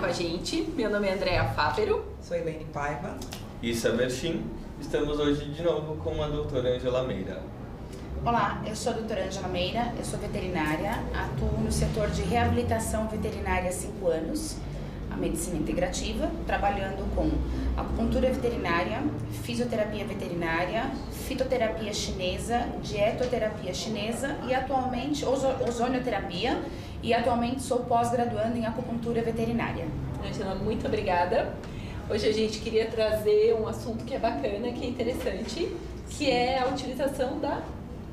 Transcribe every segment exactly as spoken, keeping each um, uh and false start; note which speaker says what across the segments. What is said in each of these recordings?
Speaker 1: com a gente. Meu nome é Andréa Fávero.
Speaker 2: Sou Elaine Paiva.
Speaker 3: E Saber Shin. Estamos hoje de novo com a doutora Ângela Meira.
Speaker 4: Olá, eu sou a doutora Ângela Meira, eu sou veterinária, atuo no setor de reabilitação veterinária há cinco anos, a medicina integrativa, trabalhando com acupuntura veterinária, fisioterapia veterinária, fitoterapia chinesa, dietoterapia chinesa e atualmente ozonioterapia e atualmente sou pós-graduando em acupuntura veterinária.
Speaker 1: Ângela, muito obrigada. Hoje a gente queria trazer um assunto que é bacana, que é interessante, que é a utilização da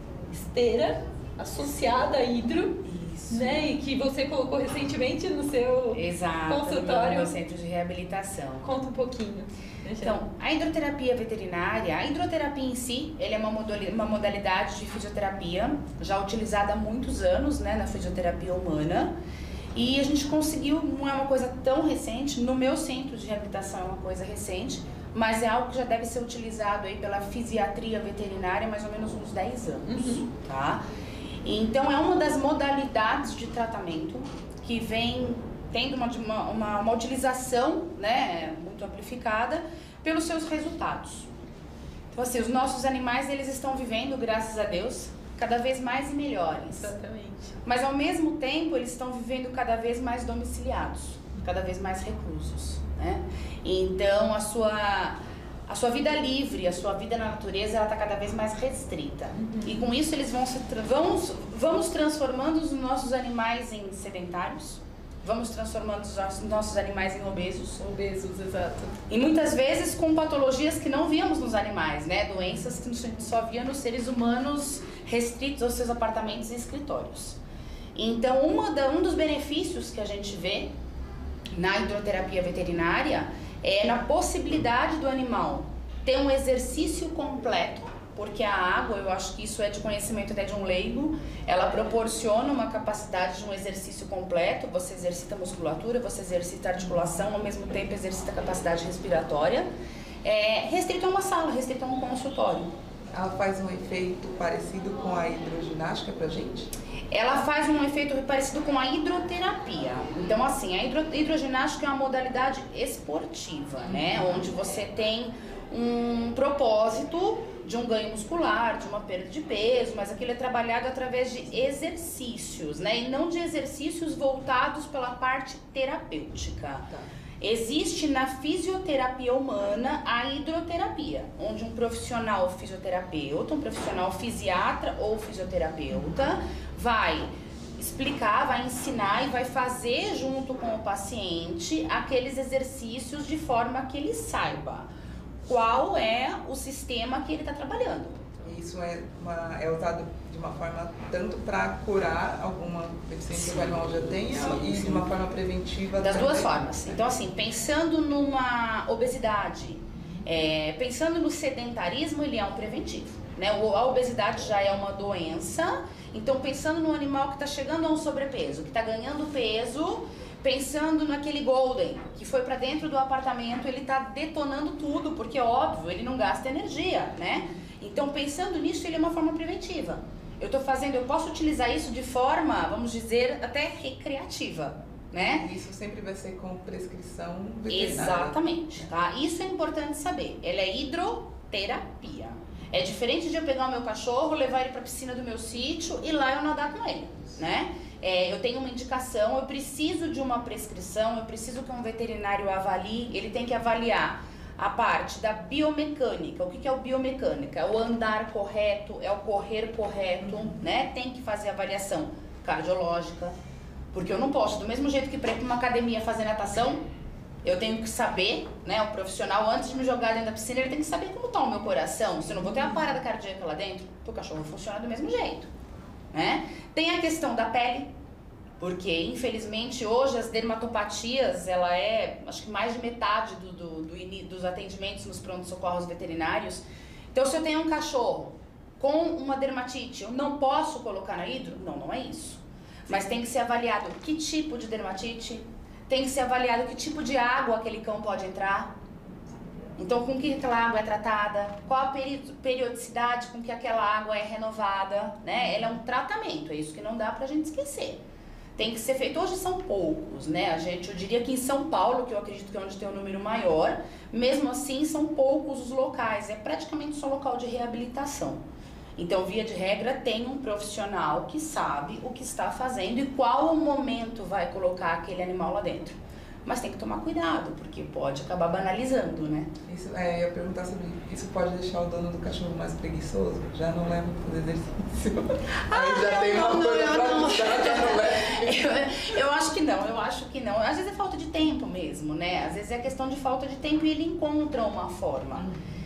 Speaker 1: esteira associada a hidro. Isso. Né? E que você colocou recentemente no seu
Speaker 4: Exato,
Speaker 1: consultório.
Speaker 4: No meu centro de reabilitação.
Speaker 1: Conta um pouquinho.
Speaker 4: Então, a hidroterapia veterinária, a hidroterapia em si, ele é uma modalidade de fisioterapia já utilizada há muitos anos, né, na fisioterapia humana. E a gente conseguiu, não é uma coisa tão recente, no meu centro de reabilitação é uma coisa recente, mas é algo que já deve ser utilizado aí pela fisiatria veterinária há mais ou menos uns dez anos, uhum. tá? Então é uma das modalidades de tratamento que vem tendo uma, uma, uma utilização, né, muito amplificada pelos seus resultados. Então assim, os nossos animais, eles estão vivendo, graças a Deus, cada vez mais e melhores.
Speaker 1: Exatamente.
Speaker 4: Mas ao mesmo tempo eles estão vivendo cada vez mais domiciliados, cada vez mais reclusos, né? Então a sua, a sua vida livre, a sua vida na natureza, ela está cada vez mais restrita. Uhum. E com isso eles vão se vamos, vamos transformando os nossos animais em sedentários, vamos transformando os nossos animais em obesos.
Speaker 1: Obesos, exato.
Speaker 4: E muitas vezes com patologias que não víamos nos animais, né? Doenças que a gente só via nos seres humanos restritos aos seus apartamentos e escritórios. Então, uma da, um dos benefícios que a gente vê na hidroterapia veterinária é na possibilidade do animal ter um exercício completo, porque a água, eu acho que isso é de conhecimento até de um leigo, ela proporciona uma capacidade de um exercício completo, você exercita a musculatura, você exercita a articulação, ao mesmo tempo exercita a capacidade respiratória, é, restrito a uma sala, restrito a um consultório.
Speaker 2: Ela faz um efeito parecido com a hidroginástica pra gente?
Speaker 4: Ela faz um efeito parecido com a hidroterapia. Então assim, a hidro, hidroginástica é uma modalidade esportiva, né? Onde você tem um propósito de um ganho muscular, de uma perda de peso, mas aquilo é trabalhado através de exercícios, né? E não de exercícios voltados pela parte terapêutica. Tá. Existe na fisioterapia humana a hidroterapia, onde um profissional fisioterapeuta, um profissional fisiatra ou fisioterapeuta vai explicar, vai ensinar e vai fazer junto com o paciente aqueles exercícios de forma que ele saiba qual é o sistema que ele está trabalhando.
Speaker 2: Isso é, uma, é usado de uma forma tanto para curar alguma deficiência que o animal já tenha sim, e sim. de uma forma preventiva
Speaker 4: das
Speaker 2: também.
Speaker 4: duas formas. Então assim, pensando numa obesidade, é, pensando no sedentarismo, ele é um preventivo, né? A obesidade já é uma doença, então pensando no animal que está chegando a um sobrepeso, que está ganhando peso, pensando naquele golden que foi para dentro do apartamento, ele está detonando tudo, porque óbvio, ele não gasta energia, né? Então pensando nisso, ele é uma forma preventiva. Eu estou fazendo, eu posso utilizar isso de forma, vamos dizer, até recreativa, né?
Speaker 2: Isso sempre vai ser com prescrição veterinária.
Speaker 4: Exatamente, tá? Isso é importante saber. Ela é hidroterapia. É diferente de eu pegar o meu cachorro, levar ele para a piscina do meu sítio e lá eu nadar com ele, né? É, eu tenho uma indicação, eu preciso de uma prescrição, eu preciso que um veterinário avalie, ele tem que avaliar a parte da biomecânica. O que, que é o biomecânica? É o andar correto, é o correr correto, né? Tem que fazer avaliação cardiológica, porque eu não posso, do mesmo jeito que para ir para uma academia fazer natação, eu tenho que saber, né, o profissional, antes de me jogar dentro da piscina, ele tem que saber como está o meu coração, se eu não vou ter uma parada cardíaca lá dentro, o cachorro funciona do mesmo jeito, né? Tem a questão da pele, porque infelizmente hoje as dermatopatias, ela é, acho que mais de metade do, do, do, dos atendimentos nos pronto-socorros veterinários. Então se eu tenho um cachorro com uma dermatite, eu não posso colocar na hidro? Não, não é isso. Mas tem que ser avaliado que tipo de dermatite, tem que ser avaliado que tipo de água aquele cão pode entrar. Então com que aquela água é tratada, qual a peri periodicidade com que aquela água é renovada, né? Ela é um tratamento, é isso que não dá pra gente esquecer. tem que ser feito. Hoje são poucos, né? A gente, eu diria que em São Paulo, que eu acredito que é onde tem um número maior, mesmo assim são poucos os locais, é praticamente só local de reabilitação. Então, via de regra, tem um profissional que sabe o que está fazendo e qual o momento vai colocar aquele animal lá dentro. Mas tem que tomar cuidado, porque pode acabar banalizando, né?
Speaker 2: Isso, é, eu ia perguntar sobre isso pode deixar o dono do cachorro mais preguiçoso? Já não leva para fazer exercício.
Speaker 4: Ah,
Speaker 2: Aí já tem uma
Speaker 4: não,
Speaker 2: coisa
Speaker 4: não,
Speaker 2: pra
Speaker 4: não.
Speaker 2: ajudar, já não leva.
Speaker 4: Eu, eu acho que não, eu acho que não. Às vezes é falta de tempo mesmo, né? Às vezes é questão de falta de tempo e ele encontra uma forma.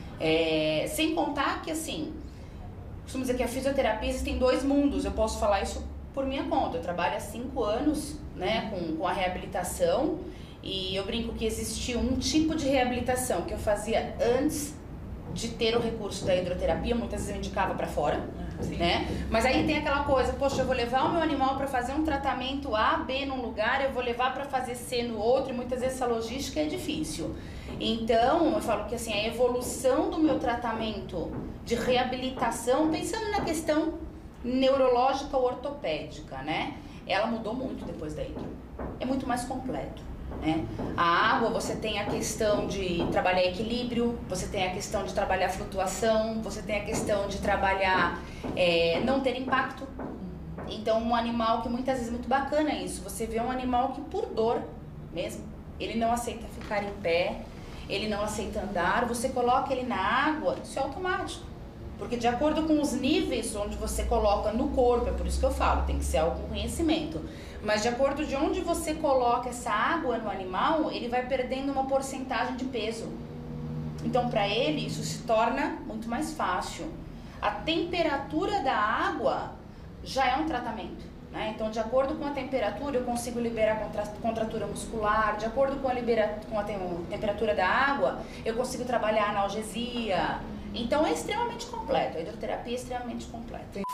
Speaker 4: É, sem contar que, assim, costumo dizer que a fisioterapia existem dois mundos. Eu posso falar isso por minha conta. Eu trabalho há cinco anos, né, com, com a reabilitação. E eu brinco que existia um tipo de reabilitação que eu fazia antes de ter o recurso da hidroterapia, muitas vezes eu indicava para fora,
Speaker 1: Sim.
Speaker 4: né? Mas aí tem aquela coisa, poxa, eu vou levar o meu animal para fazer um tratamento A, B num lugar, eu vou levar para fazer C no outro, e muitas vezes essa logística é difícil. Então, eu falo que assim, a evolução do meu tratamento de reabilitação, pensando na questão neurológica ou ortopédica, né? Ela mudou muito depois da hidro. É muito mais completo. Né? A água, você tem a questão de trabalhar equilíbrio, você tem a questão de trabalhar flutuação, você tem a questão de trabalhar é, não ter impacto. Então, um animal que muitas vezes é muito bacana isso, você vê um animal que por dor mesmo, ele não aceita ficar em pé, ele não aceita andar, você coloca ele na água, isso é automático. Porque de acordo com os níveis onde você coloca no corpo, é por isso que eu falo, tem que ser algo com conhecimento. Mas de acordo de onde você coloca essa água no animal, ele vai perdendo uma porcentagem de peso. Então, para ele, isso se torna muito mais fácil. A temperatura da água já é um tratamento, né? Então, de acordo com a temperatura, eu consigo liberar contra contratura muscular. De acordo com a, libera com a tem temperatura da água, eu consigo trabalhar analgesia. Então, é extremamente completo. A hidroterapia é extremamente completa.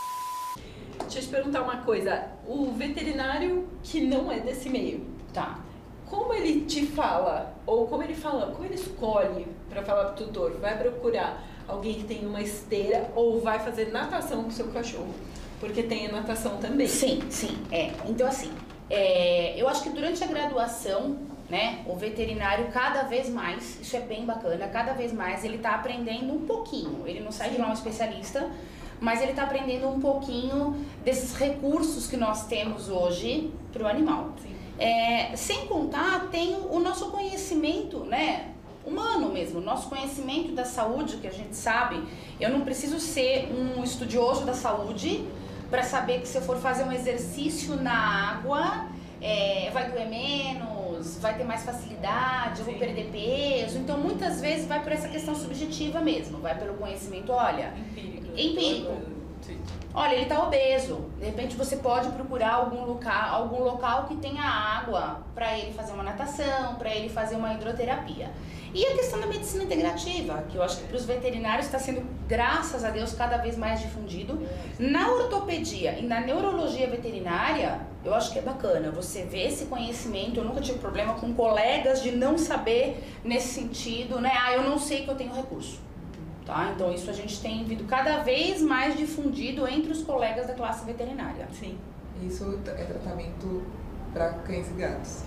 Speaker 1: Deixa eu te perguntar uma coisa. O veterinário que não é desse meio,
Speaker 4: Tá.
Speaker 1: como ele te fala, ou como ele fala, como ele escolhe para falar pro tutor? Vai procurar alguém que tem uma esteira ou vai fazer natação com o seu cachorro? Porque tem a natação também.
Speaker 4: Sim, sim, é. Então, assim, é, eu acho que durante a graduação, né, o veterinário cada vez mais, isso é bem bacana, cada vez mais ele tá aprendendo um pouquinho. Ele não sai de lá um especialista, mas ele está aprendendo um pouquinho desses recursos que nós temos hoje para o animal. É, sem contar, tem o nosso conhecimento, né, humano mesmo, o nosso conhecimento da saúde, que a gente sabe. Eu não preciso ser um estudioso da saúde para saber que se eu for fazer um exercício na água, é, vai doer menos, vai ter mais facilidade, eu vou perder peso. Então, muitas vezes vai por essa questão subjetiva mesmo, vai pelo conhecimento, olha...
Speaker 1: Empírico.
Speaker 4: Empírico. Olha, ele está obeso. De repente você pode procurar algum local, algum local que tenha água para ele fazer uma natação, para ele fazer uma hidroterapia. E a questão da medicina integrativa, que eu acho que para os veterinários está sendo, graças a Deus, cada vez mais difundido. Na ortopedia e na neurologia veterinária, eu acho que é bacana você ver esse conhecimento. Eu nunca tive problema com colegas de não saber nesse sentido, né? Ah, eu não sei que eu tenho recurso. Tá? Então isso a gente tem vindo cada vez mais difundido entre os colegas da classe veterinária.
Speaker 1: Sim.
Speaker 2: Isso é tratamento para cães e gatos?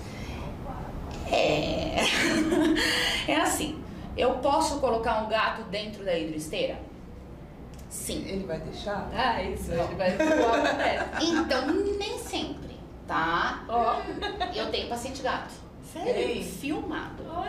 Speaker 4: É... é assim, eu posso colocar um gato dentro da hidroesteira? Sim.
Speaker 2: Ele vai deixar?
Speaker 1: Ah, isso. Não. Ele vai voar na terra.
Speaker 4: Então, nem sempre, tá?
Speaker 1: Ó.
Speaker 4: Eu tenho paciente gato.
Speaker 1: Sério?
Speaker 2: Ei.
Speaker 4: Filmado.
Speaker 1: Olha.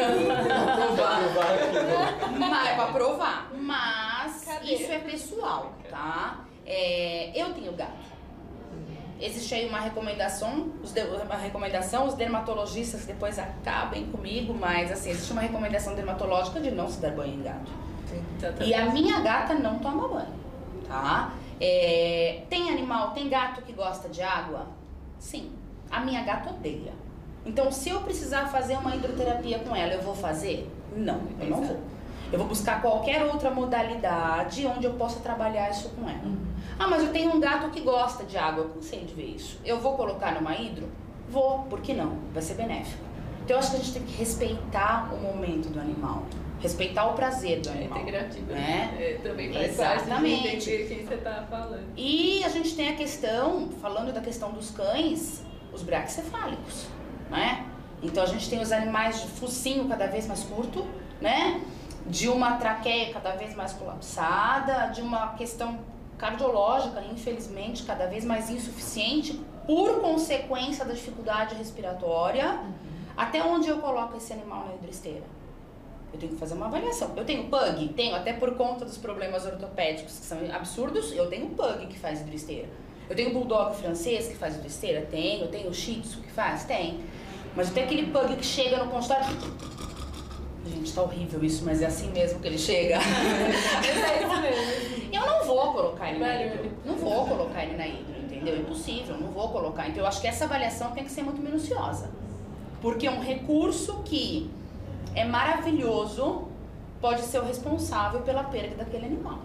Speaker 4: Mas é pra provar. Mas
Speaker 1: Cadê?
Speaker 4: isso é pessoal, tá? É, eu tenho gato. Existe aí uma recomendação, os de, uma recomendação, os dermatologistas depois acabem comigo, mas assim, existe uma recomendação dermatológica de não se dar banho em gato.
Speaker 1: Sim.
Speaker 4: E a minha gata não toma banho, tá? É, tem animal, tem gato que gosta de água? Sim. A minha gata odeia. Então, se eu precisar fazer uma hidroterapia com ela, eu vou fazer? Não, eu não vou. Eu vou buscar qualquer outra modalidade onde eu possa trabalhar isso com ela. Uhum. Ah, mas eu tenho um gato que gosta de água, eu cansei de ver isso. Eu vou colocar numa hidro? Vou, por que não? Vai ser benéfico. Então eu acho que a gente tem que respeitar o momento do animal. Respeitar o prazer do
Speaker 1: É
Speaker 4: animal.
Speaker 1: integrativo,
Speaker 4: né?
Speaker 1: É, também faz
Speaker 4: Exatamente.
Speaker 1: parte de entender quem você tá falando.
Speaker 4: E a gente tem a questão, falando da questão dos cães, os braquicefálicos, né? Então a gente tem os animais de focinho cada vez mais curto, né? De uma traqueia cada vez mais colapsada, de uma questão cardiológica, infelizmente, cada vez mais insuficiente por consequência da dificuldade respiratória. Uhum. Até onde eu coloco esse animal na hidroesteira? Eu tenho que fazer uma avaliação. Eu tenho pug? Tenho, até por conta dos problemas ortopédicos que são absurdos, eu tenho pug que faz hidroesteira. Eu tenho bulldog francês que faz hidroesteira? Tenho. Eu tenho shih tzu que faz? Tem. Mas eu tenho aquele pug que chega no consultório... Gente, tá horrível isso, mas é assim mesmo que ele chega.
Speaker 1: É isso mesmo.
Speaker 4: Eu não vou colocar ele na hidro. Não vou colocar ele na hidro, entendeu? É impossível, não vou colocar. Então eu acho que essa avaliação tem que ser muito minuciosa. Porque um recurso que é maravilhoso pode ser o responsável pela perda daquele animal.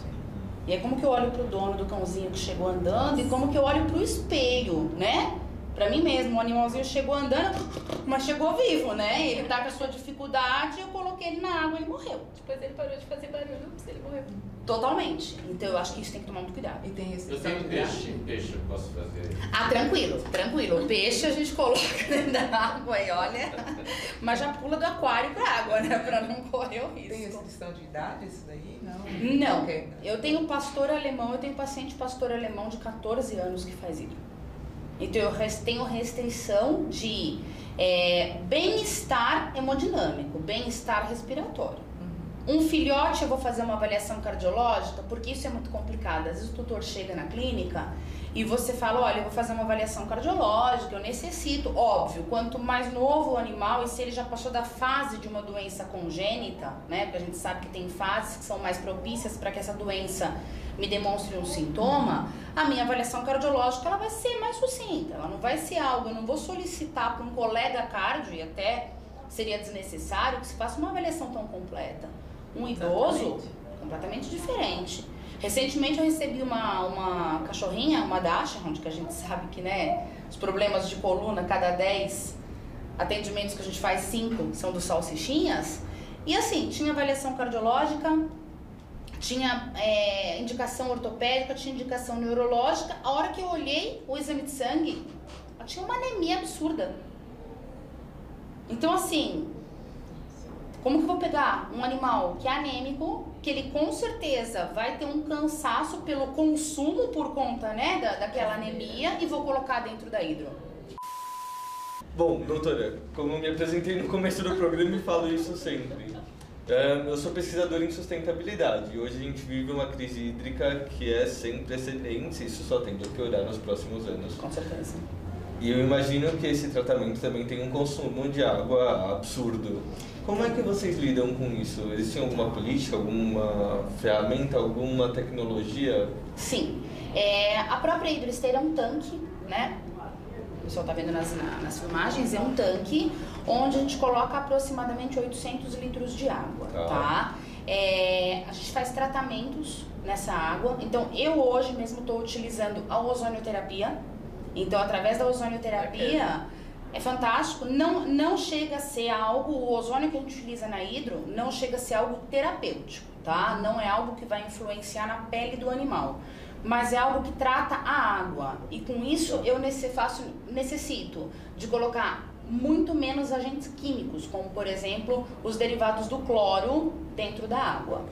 Speaker 4: E aí como que eu olho pro dono do cãozinho que chegou andando e como que eu olho pro espelho, né? Pra mim mesmo, o animalzinho chegou andando, mas chegou vivo, né? Ele tá com a sua dificuldade, eu coloquei ele na água e ele morreu.
Speaker 1: Depois ele parou de fazer barulho, ele morreu.
Speaker 4: Totalmente. Então eu acho que isso tem que tomar muito cuidado.
Speaker 2: E tem
Speaker 5: Eu
Speaker 2: restrição
Speaker 5: tenho
Speaker 2: de
Speaker 5: peixe, peixe eu posso fazer.
Speaker 4: Ah, tranquilo, tranquilo. O peixe a gente coloca dentro da água e olha, mas já pula do aquário pra água, né? Pra não correr o risco.
Speaker 2: Tem restrição de idade isso daí? Não.
Speaker 4: Não.
Speaker 2: Okay.
Speaker 4: Eu tenho pastor alemão, eu tenho paciente pastor alemão de quatorze anos que faz hidro. Então eu tenho restrição de é, bem-estar hemodinâmico, bem-estar respiratório. Uhum. Um filhote eu vou fazer uma avaliação cardiológica, porque isso é muito complicado. Às vezes o tutor chega na clínica e você fala, olha, eu vou fazer uma avaliação cardiológica, eu necessito, óbvio, quanto mais novo o animal e se ele já passou da fase de uma doença congênita, né, porque a gente sabe que tem fases que são mais propícias para que essa doença me demonstre um sintoma, a minha avaliação cardiológica ela vai ser mais sucinta, ela não vai ser algo, eu não vou solicitar para um colega cardio, e até seria desnecessário que se faça uma avaliação tão completa. Um idoso, exatamente, completamente diferente. Recentemente eu recebi uma, uma cachorrinha, uma Dachshund, que a gente sabe que, né, os problemas de coluna, cada dez atendimentos que a gente faz, cinco são dos salsichinhas. E assim, tinha avaliação cardiológica, tinha é, indicação ortopédica, tinha indicação neurológica. A hora que eu olhei o exame de sangue, ela tinha uma anemia absurda. Então assim, como que eu vou pegar um animal que é anêmico, que ele com certeza vai ter um cansaço pelo consumo por conta, né, da, daquela anemia, e vou colocar dentro da hidro?
Speaker 3: Bom, doutora, como eu me apresentei no começo do programa e falo isso sempre, eu sou pesquisador em sustentabilidade e hoje a gente vive uma crise hídrica que é sem precedentes e isso só tende a piorar nos próximos anos.
Speaker 4: Com certeza.
Speaker 3: E eu imagino que esse tratamento também tem um consumo de água absurdo. Como é que vocês lidam com isso? Existe alguma política, alguma ferramenta, alguma tecnologia?
Speaker 4: Sim. É, a própria hidroesteira é um tanque, né? O pessoal está vendo nas, nas filmagens, é um tanque onde a gente coloca aproximadamente oitocentos litros de água, tá? tá? É, a gente faz tratamentos nessa água. Então, eu hoje mesmo estou utilizando a ozonioterapia. Então, através da ozonioterapia, é fantástico. Não, não chega a ser algo, o ozônio que a gente utiliza na hidro, não chega a ser algo terapêutico, tá? Não é algo que vai influenciar na pele do animal. Mas é algo que trata a água. E com isso, eu faço, necessito de colocar muito menos agentes químicos, como, por exemplo, os derivados do cloro dentro da água.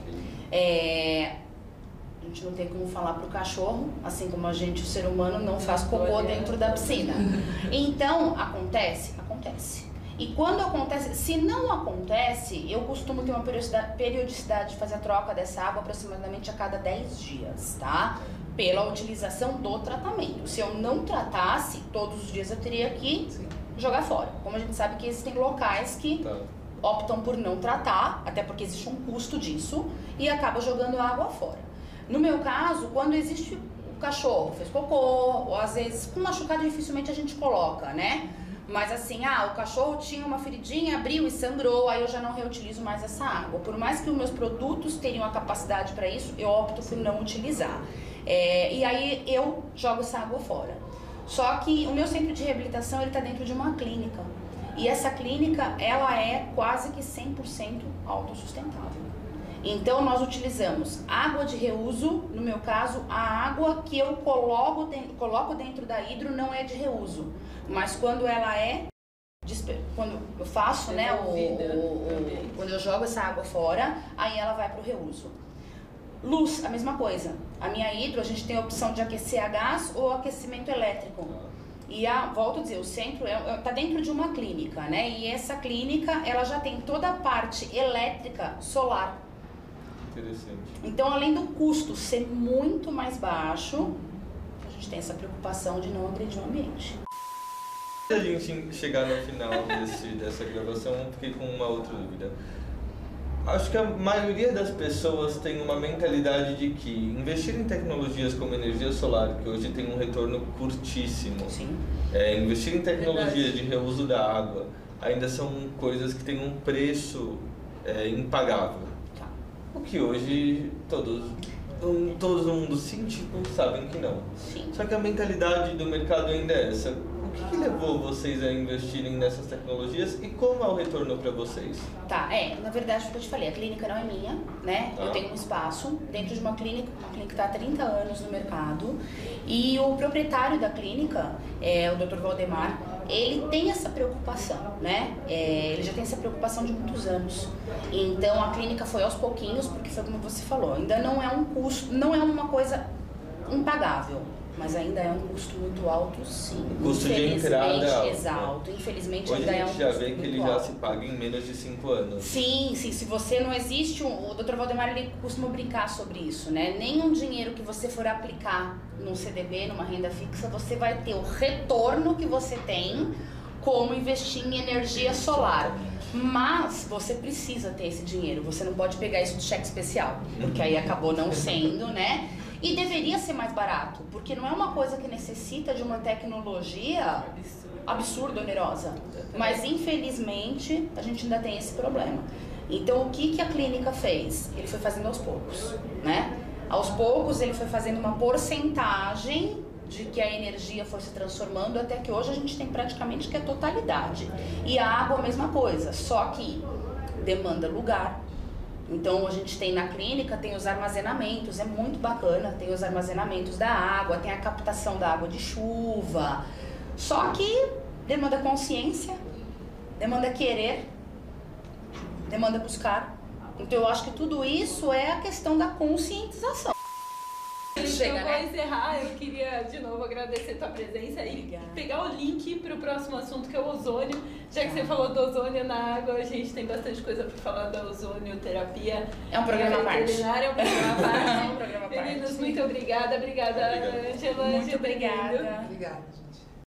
Speaker 4: É... A gente não tem como falar para o cachorro, assim como a gente, o ser humano, não faz cocô dentro da piscina. Então, acontece? Acontece. E quando acontece, se não acontece, eu costumo ter uma periodicidade, periodicidade de fazer a troca dessa água aproximadamente a cada dez dias, tá? Pela utilização do tratamento. Se eu não tratasse, todos os dias eu teria que Sim. jogar fora. Como a gente sabe que existem locais que tá. optam por não tratar, até porque existe um custo disso, e acaba jogando a água fora. No meu caso, quando existe o cachorro, fez cocô, ou às vezes com machucado dificilmente a gente coloca, né? Mas assim, ah, o cachorro tinha uma feridinha, abriu e sangrou, aí eu já não reutilizo mais essa água. Por mais que os meus produtos tenham a capacidade para isso, eu opto por não utilizar. É, e aí eu jogo essa água fora. Só que o meu centro de reabilitação, ele tá dentro de uma clínica. E essa clínica, ela é quase que cem por cento autossustentável. Então, nós utilizamos água de reuso, no meu caso, a água que eu coloco dentro, coloco dentro da hidro não é de reuso, mas quando ela é, quando eu faço, né, o, o, o, quando eu jogo essa água fora, aí ela vai para o reuso. Luz, a mesma coisa. A minha hidro, a gente tem a opção de aquecer a gás ou aquecimento elétrico. E a, volto a dizer, o centro está é, dentro de uma clínica, né? E essa clínica, ela já tem toda a parte elétrica solar.
Speaker 3: Interessante.
Speaker 4: Então, além do custo ser muito mais baixo, a gente tem essa preocupação de não agredir o ambiente.
Speaker 3: Antes da gente chegar no final desse, dessa gravação, eu fiquei com uma outra dúvida. Acho que a maioria das pessoas tem uma mentalidade de que investir em tecnologias como energia solar, que hoje tem um retorno curtíssimo,
Speaker 4: Sim.
Speaker 3: É, investir em tecnologias de reuso da água, ainda são coisas que têm um preço é, impagável.
Speaker 4: Tá.
Speaker 3: O que hoje todos, um, todo mundo científico sabem que não.
Speaker 4: Sim.
Speaker 3: Só que a mentalidade do mercado ainda é essa. O que, que levou vocês a investirem nessas tecnologias e como é o retorno para vocês?
Speaker 4: Tá, é, na verdade, o que eu te falei, a clínica não é minha, né?
Speaker 3: Tá.
Speaker 4: Eu tenho um espaço dentro de uma clínica, uma clínica que está há trinta anos no mercado, e o proprietário da clínica, é, o doutor Valdemar, ele tem essa preocupação, né? É, ele já tem essa preocupação de muitos anos. Então, a clínica foi aos pouquinhos, porque foi como você falou, ainda não é um custo, não é uma coisa impagável. Mas ainda é um custo muito alto, sim.
Speaker 3: O custo de entrada é alto.
Speaker 4: Exato. Infelizmente,
Speaker 3: hoje
Speaker 4: ainda é um
Speaker 3: custo. Hoje a gente já vê que ele
Speaker 4: alto.
Speaker 3: já se paga em menos de cinco anos.
Speaker 4: Sim, sim. Se você não existe, um, o doutor Valdemar ele costuma brincar sobre isso, né? Nenhum dinheiro que você for aplicar num C D B, numa renda fixa, você vai ter o retorno que você tem como investir em energia solar. Mas você precisa ter esse dinheiro. Você não pode pegar isso de cheque especial, porque aí acabou não sendo, né? E deveria ser mais barato, porque não é uma coisa que necessita de uma tecnologia absurda, onerosa. Mas, infelizmente, a gente ainda tem esse problema. Então, o que, que a clínica fez? Ele foi fazendo aos poucos, né? Aos poucos, ele foi fazendo uma porcentagem de que a energia foi se transformando, até que hoje a gente tem praticamente que a totalidade. E a água, a mesma coisa, só que demanda lugar. Então, a gente tem na clínica, tem os armazenamentos, é muito bacana, tem os armazenamentos da água, tem a captação da água de chuva, só que demanda consciência, demanda querer, demanda buscar. Então, eu acho que tudo isso é a questão da conscientização.
Speaker 1: Chega, então, né? Para encerrar, eu queria de novo agradecer a tua presença e Obrigada. Pegar o link para o próximo assunto, que é o ozônio. Já que ah. você falou do ozônio na água, a gente tem bastante coisa para falar da ozonioterapia.
Speaker 4: É um programa à parte.
Speaker 1: É um programa à parte.
Speaker 4: É um programa à parte.
Speaker 1: Meninos, muito obrigada. Obrigada, Ângela.
Speaker 4: Muito obrigada.
Speaker 2: Obrigada.